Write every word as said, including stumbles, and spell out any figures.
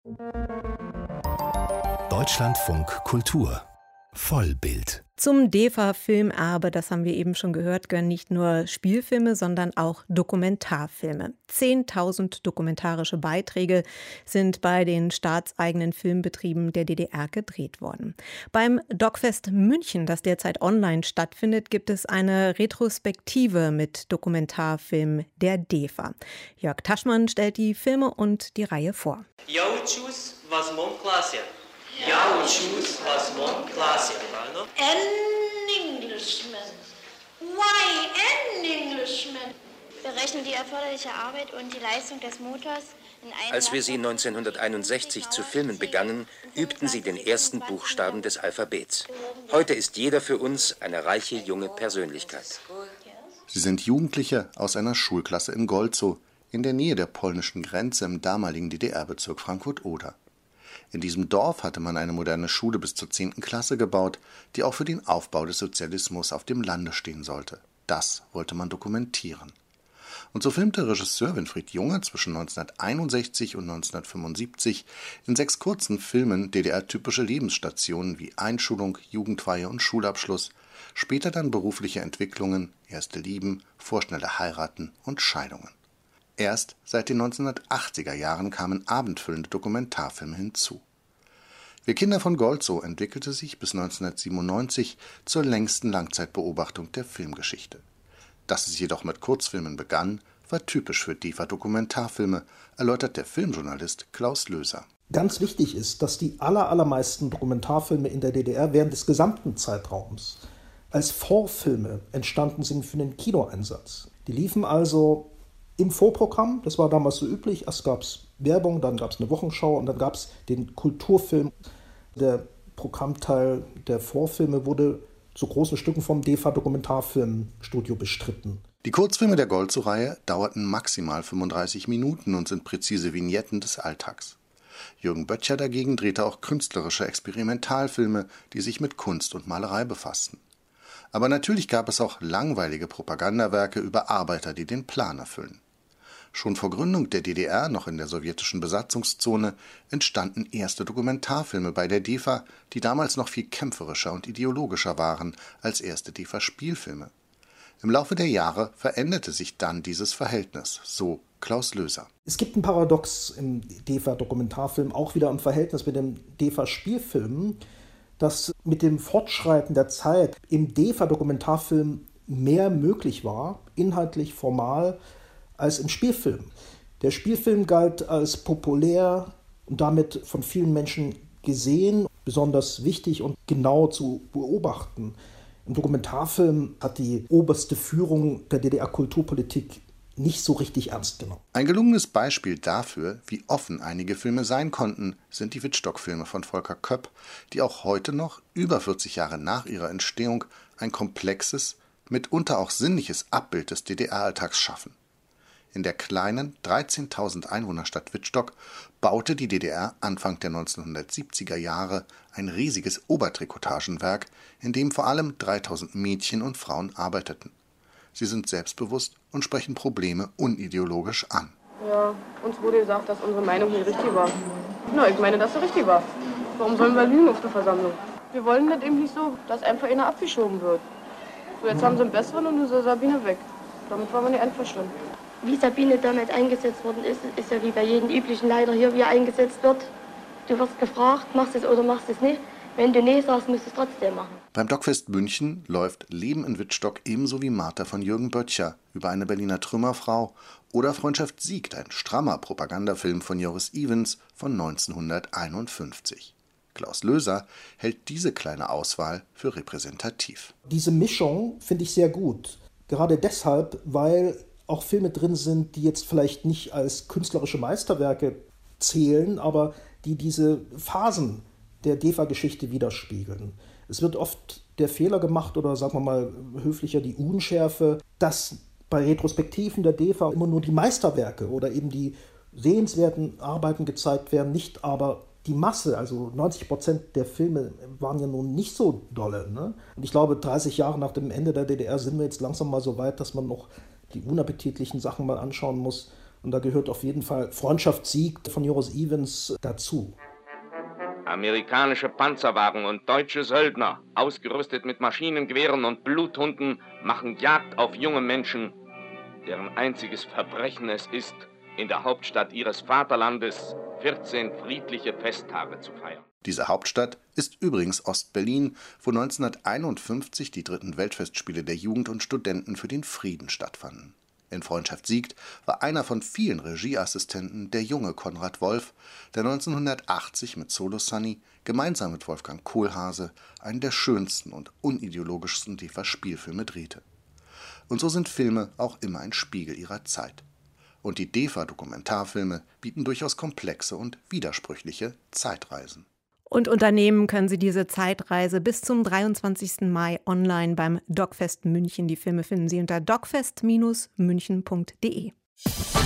Deutschlandfunk Kultur Vollbild. Zum D E F A-Filmerbe, das haben wir eben schon gehört, gehören nicht nur Spielfilme, sondern auch Dokumentarfilme. Zehntausend dokumentarische Beiträge sind bei den staatseigenen Filmbetrieben der D D R gedreht worden. Beim Docfest München, das derzeit online stattfindet, gibt es eine Retrospektive mit Dokumentarfilmen der D E F A. Jörg Taschmann stellt die Filme und die Reihe vor. Я учусь в восьмом классе. Я учусь в восьмом классе, правильно? An Englishman. Why an Englishman? Berechnen die erforderliche Arbeit und die Leistung des Motors. In einem Als wir sie neunzehnhunderteinundsechzig zu filmen begannen, übten sie den ersten Buchstaben des Alphabets. Heute ist jeder für uns eine reiche junge Persönlichkeit. Sie sind Jugendliche aus einer Schulklasse in Golzow, in der Nähe der polnischen Grenze im damaligen D D R-Bezirk Frankfurt-Oder. In diesem Dorf hatte man eine moderne Schule bis zur zehnten Klasse gebaut, die auch für den Aufbau des Sozialismus auf dem Lande stehen sollte. Das wollte man dokumentieren. Und so filmte Regisseur Winfried Junger zwischen neunzehnhunderteinundsechzig und neunzehnhundertfünfundsiebzig in sechs kurzen Filmen D D R-typische Lebensstationen wie Einschulung, Jugendweihe und Schulabschluss, später dann berufliche Entwicklungen, erste Lieben, vorschnelle Heiraten und Scheidungen. Erst seit den neunzehnhundertachtziger Jahren kamen abendfüllende Dokumentarfilme hinzu. Wir Kinder von Golzow entwickelte sich bis neunzehnhundertsiebenundneunzig zur längsten Langzeitbeobachtung der Filmgeschichte. Dass es jedoch mit Kurzfilmen begann, war typisch für D E F A-Dokumentarfilme, erläutert der Filmjournalist Klaus Löser. Ganz wichtig ist, dass die aller, allermeisten Dokumentarfilme in der D D R während des gesamten Zeitraums als Vorfilme entstanden sind für den Kinoeinsatz. Die liefen also im Vorprogramm, das war damals so üblich. Erst gab es Werbung, dann gab es eine Wochenschau und dann gab es den Kulturfilm. Der Programmteil der Vorfilme wurde zu großen Stücken vom D E F A-Dokumentarfilmstudio bestritten. Die Kurzfilme der Golzow-Reihe dauerten maximal fünfunddreißig Minuten und sind präzise Vignetten des Alltags. Jürgen Böttcher dagegen drehte auch künstlerische Experimentalfilme, die sich mit Kunst und Malerei befassten. Aber natürlich gab es auch langweilige Propagandawerke über Arbeiter, die den Plan erfüllen. Schon vor Gründung der D D R, noch in der sowjetischen Besatzungszone, entstanden erste Dokumentarfilme bei der D E F A, die damals noch viel kämpferischer und ideologischer waren als erste D E F A-Spielfilme. Im Laufe der Jahre veränderte sich dann dieses Verhältnis, so Klaus Löser. Es gibt ein Paradox im D E F A-Dokumentarfilm, auch wieder im Verhältnis mit dem D E F A-Spielfilm, dass mit dem Fortschreiten der Zeit im D E F A-Dokumentarfilm mehr möglich war, inhaltlich, formal, als im Spielfilm. Der Spielfilm galt als populär und damit von vielen Menschen gesehen, besonders wichtig und genau zu beobachten. Im Dokumentarfilm hat die oberste Führung der D D R-Kulturpolitik nicht so richtig ernst genommen. Ein gelungenes Beispiel dafür, wie offen einige Filme sein konnten, sind die Wittstock-Filme von Volker Köpp, die auch heute noch, über vierzig Jahre nach ihrer Entstehung, ein komplexes, mitunter auch sinnliches Abbild des D D R-Alltags schaffen. In der kleinen, dreizehntausend Einwohnerstadt Wittstock baute die D D R Anfang der neunzehnhundertsiebziger Jahre ein riesiges Obertrikotagenwerk, in dem vor allem dreitausend Mädchen und Frauen arbeiteten. Sie sind selbstbewusst und sprechen Probleme unideologisch an. Ja, uns wurde gesagt, dass unsere Meinung hier richtig war. Na, ich meine, dass sie richtig war. Warum sollen wir lügen auf der Versammlung? Wir wollen das eben nicht so, dass einfach einer abgeschoben wird. So, jetzt haben sie einen besseren und unsere Sabine weg. Damit waren wir nicht einverstanden. Wie Sabine damit eingesetzt worden ist, ist ja wie bei jedem üblichen Leiter hier, wie er eingesetzt wird. Du wirst gefragt, machst es oder machst es nicht. Wenn du nee sagst, musst du es trotzdem machen. Beim Docfest München läuft Leben in Wittstock ebenso wie Martha von Jürgen Böttcher über eine Berliner Trümmerfrau oder Freundschaft siegt, ein strammer Propagandafilm von Joris Ivens von neunzehnhunderteinundfünfzig. Klaus Löser hält diese kleine Auswahl für repräsentativ. Diese Mischung finde ich sehr gut. Gerade deshalb, weil auch Filme drin sind, die jetzt vielleicht nicht als künstlerische Meisterwerke zählen, aber die diese Phasen der D E F A-Geschichte widerspiegeln. Es wird oft der Fehler gemacht, oder sagen wir mal höflicher die Unschärfe, dass bei Retrospektiven der D E F A immer nur die Meisterwerke oder eben die sehenswerten Arbeiten gezeigt werden, nicht aber die Masse, also neunzig Prozent der Filme waren ja nun nicht so dolle. Ne? Und ich glaube, dreißig Jahre nach dem Ende der D D R sind wir jetzt langsam mal so weit, dass man noch die unappetitlichen Sachen mal anschauen muss Und da gehört auf jeden Fall Freundschaft siegt von Joris Ivens dazu. Amerikanische Panzerwagen und deutsche Söldner, ausgerüstet mit Maschinengewehren und Bluthunden, machen Jagd auf junge Menschen, deren einziges Verbrechen es ist, in der Hauptstadt ihres Vaterlandes vierzehn friedliche Festtage zu feiern. Diese Hauptstadt ist übrigens Ost-Berlin, wo neunzehnhunderteinundfünfzig die dritten Weltfestspiele der Jugend und Studenten für den Frieden stattfanden. In Freundschaft siegt war einer von vielen Regieassistenten der junge Konrad Wolf, der neunzehnhundertachtzig mit Solo Sunny gemeinsam mit Wolfgang Kohlhase einen der schönsten und unideologischsten D E F A-Spielfilme drehte. Und so sind Filme auch immer ein Spiegel ihrer Zeit. Und die D E F A-Dokumentarfilme bieten durchaus komplexe und widersprüchliche Zeitreisen. Und unternehmen können Sie diese Zeitreise bis zum dreiundzwanzigsten Mai online beim Docfest München. Die Filme finden Sie unter docfest Bindestrich münchen punkt de.